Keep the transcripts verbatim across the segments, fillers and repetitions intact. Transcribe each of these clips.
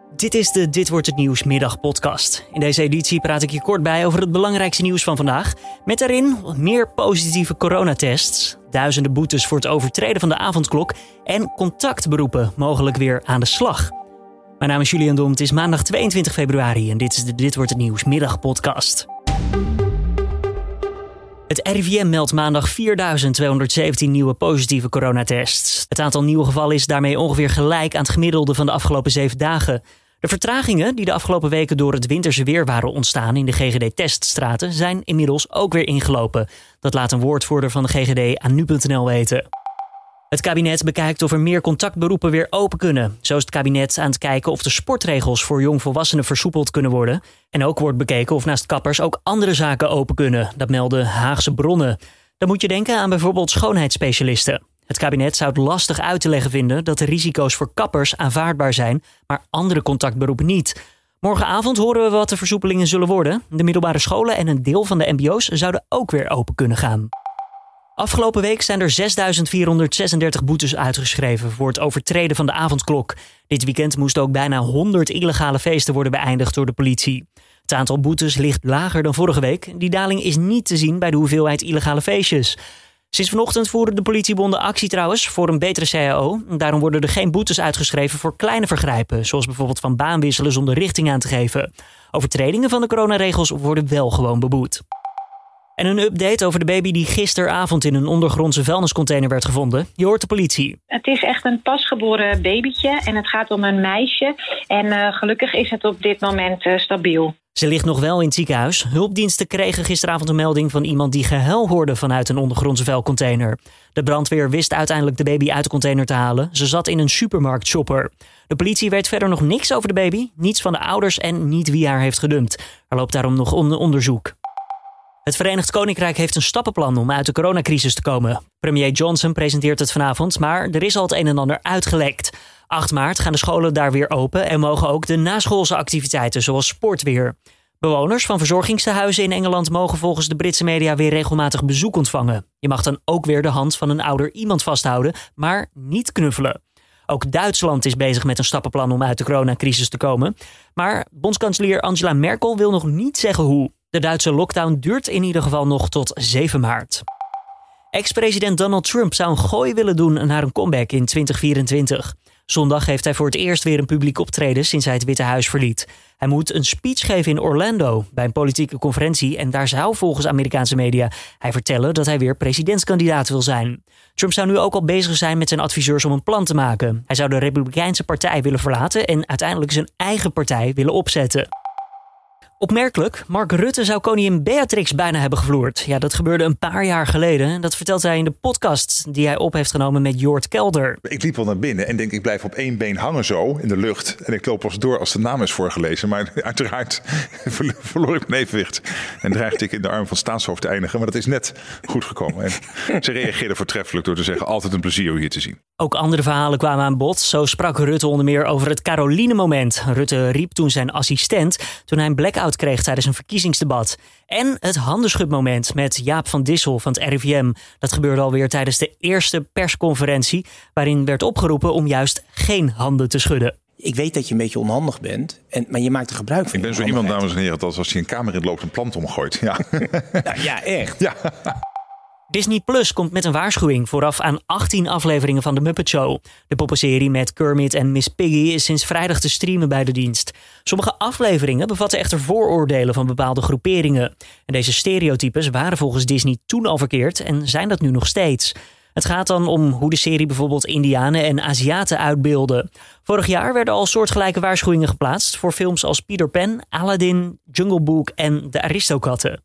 Dit is de Dit Wordt Het Nieuws middagpodcast. In deze editie praat ik je kort bij over het belangrijkste nieuws van vandaag. Met daarin meer positieve coronatests, duizenden boetes voor het overtreden van de avondklok en contactberoepen mogelijk weer aan de slag. Mijn naam is Julian Dom, het is maandag tweeëntwintig februari en dit is de Dit Wordt Het Nieuws middagpodcast. Het R I V M meldt maandag vierduizend tweehonderdzeventien nieuwe positieve coronatests. Het aantal nieuwe gevallen is daarmee ongeveer gelijk aan het gemiddelde van de afgelopen zeven dagen. De vertragingen die de afgelopen weken door het winterse weer waren ontstaan in de G G D-teststraten zijn inmiddels ook weer ingelopen. Dat laat een woordvoerder van de G G D aan nu punt n l weten. Het kabinet bekijkt of er meer contactberoepen weer open kunnen. Zo is het kabinet aan het kijken of de sportregels voor jongvolwassenen versoepeld kunnen worden. En ook wordt bekeken of naast kappers ook andere zaken open kunnen. Dat melden Haagse bronnen. Dan moet je denken aan bijvoorbeeld schoonheidsspecialisten. Het kabinet zou het lastig uit te leggen vinden dat de risico's voor kappers aanvaardbaar zijn, maar andere contactberoepen niet. Morgenavond horen we wat de versoepelingen zullen worden. De middelbare scholen en een deel van de M B O's zouden ook weer open kunnen gaan. Afgelopen week zijn er zesduizend vierhonderdzesendertig boetes uitgeschreven voor het overtreden van de avondklok. Dit weekend moesten ook bijna honderd illegale feesten worden beëindigd door de politie. Het aantal boetes ligt lager dan vorige week. Die daling is niet te zien bij de hoeveelheid illegale feestjes. Sinds vanochtend voeren de politiebonden actie trouwens voor een betere C A O. Daarom worden er geen boetes uitgeschreven voor kleine vergrijpen, zoals bijvoorbeeld van baan wisselen zonder richting aan te geven. Overtredingen van de coronaregels worden wel gewoon beboet. En een update over de baby die gisteravond in een ondergrondse vuilniscontainer werd gevonden. Je hoort de politie. Het is echt een pasgeboren babytje en het gaat om een meisje. En uh, gelukkig is het op dit moment uh, stabiel. Ze ligt nog wel in het ziekenhuis. Hulpdiensten kregen gisteravond een melding van iemand die gehuil hoorde vanuit een ondergrondse vuilcontainer. De brandweer wist uiteindelijk de baby uit de container te halen. Ze zat in een supermarktshopper. De politie weet verder nog niks over de baby, niets van de ouders en niet wie haar heeft gedumpt. Er loopt daarom nog een onderzoek. Het Verenigd Koninkrijk heeft een stappenplan om uit de coronacrisis te komen. Premier Johnson presenteert het vanavond, maar er is al het een en ander uitgelekt. acht maart gaan de scholen daar weer open en mogen ook de naschoolse activiteiten zoals sport weer. Bewoners van verzorgingstehuizen in Engeland mogen volgens de Britse media weer regelmatig bezoek ontvangen. Je mag dan ook weer de hand van een ouder iemand vasthouden, maar niet knuffelen. Ook Duitsland is bezig met een stappenplan om uit de coronacrisis te komen. Maar bondskanselier Angela Merkel wil nog niet zeggen hoe. De Duitse lockdown duurt in ieder geval nog tot zeven maart. Ex-president Donald Trump zou een gooi willen doen naar een comeback in twintig vierentwintig. Zondag heeft hij voor het eerst weer een publiek optreden sinds hij het Witte Huis verliet. Hij moet een speech geven in Orlando bij een politieke conferentie en daar zou volgens Amerikaanse media hij vertellen dat hij weer presidentskandidaat wil zijn. Trump zou nu ook al bezig zijn met zijn adviseurs om een plan te maken. Hij zou de Republikeinse partij willen verlaten en uiteindelijk zijn eigen partij willen opzetten. Opmerkelijk, Mark Rutte zou koningin Beatrix bijna hebben gevloerd. Ja, dat gebeurde een paar jaar geleden. Dat vertelt hij in de podcast die hij op heeft genomen met Jort Kelder. Ik liep wel naar binnen en denk ik blijf op één been hangen zo in de lucht. En ik loop pas door als de naam is voorgelezen. Maar uiteraard verloor ik mijn evenwicht. En dreigde ik in de arm van staatshoofd te eindigen. Maar dat is net goed gekomen. En ze reageerden voortreffelijk door te zeggen altijd een plezier u hier te zien. Ook andere verhalen kwamen aan bod. Zo sprak Rutte onder meer over het Caroline-moment. Rutte riep toen zijn assistent toen hij een blackout kreeg tijdens een verkiezingsdebat. En het handenschudmoment met Jaap van Dissel van het R I V M. Dat gebeurde alweer tijdens de eerste persconferentie, waarin werd opgeroepen om juist geen handen te schudden. Ik weet dat je een beetje onhandig bent, en, maar je maakt er gebruik van. Ik ben zo iemand, dames en heren, dat als hij een kamer in loopt een plant omgooit. Ja, nou, ja echt. Ja. Disney Plus komt met een waarschuwing vooraf aan achttien afleveringen van The Muppet Show. De poppenserie met Kermit en Miss Piggy is sinds vrijdag te streamen bij de dienst. Sommige afleveringen bevatten echter vooroordelen van bepaalde groeperingen. En deze stereotypes waren volgens Disney toen al verkeerd en zijn dat nu nog steeds. Het gaat dan om hoe de serie bijvoorbeeld Indianen en Aziaten uitbeelden. Vorig jaar werden al soortgelijke waarschuwingen geplaatst voor films als Peter Pan, Aladdin, Jungle Book en de Aristokatten.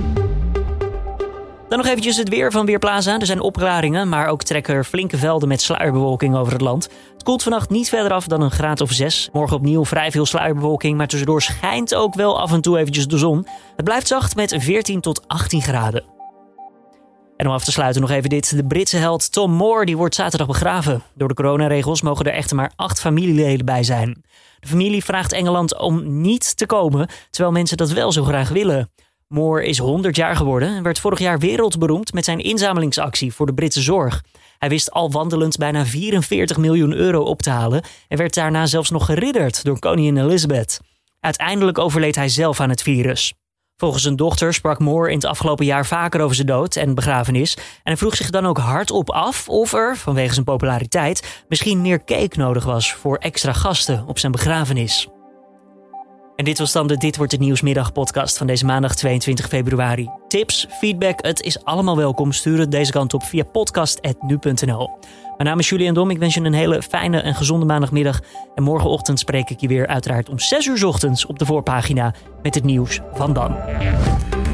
Dan nog eventjes het weer van Weerplaza. Er zijn opklaringen, maar ook trekken er flinke velden met sluierbewolking over het land. Het koelt vannacht niet verder af dan een graad of zes. Morgen opnieuw vrij veel sluierbewolking, maar tussendoor schijnt ook wel af en toe eventjes de zon. Het blijft zacht met veertien tot achttien graden. En om af te sluiten nog even dit. De Britse held Tom Moore die wordt zaterdag begraven. Door de coronaregels mogen er echter maar acht familieleden bij zijn. De familie vraagt Engeland om niet te komen, terwijl mensen dat wel zo graag willen. Moore is honderd jaar geworden en werd vorig jaar wereldberoemd met zijn inzamelingsactie voor de Britse zorg. Hij wist al wandelend bijna vierenveertig miljoen euro op te halen en werd daarna zelfs nog geridderd door koningin Elizabeth. Uiteindelijk overleed hij zelf aan het virus. Volgens zijn dochter sprak Moore in het afgelopen jaar vaker over zijn dood en begrafenis. En hij vroeg zich dan ook hardop af of er, vanwege zijn populariteit, misschien meer cake nodig was voor extra gasten op zijn begrafenis. En dit was dan de Dit Wordt Het Nieuwsmiddag podcast van deze maandag tweeëntwintig februari. Tips, feedback, het is allemaal welkom. Stuur het deze kant op via podcast punt nu punt n l. Mijn naam is Julian Dom. Ik wens je een hele fijne en gezonde maandagmiddag. En morgenochtend spreek ik je weer uiteraard om zes uur 's ochtends op de voorpagina met het nieuws van dan.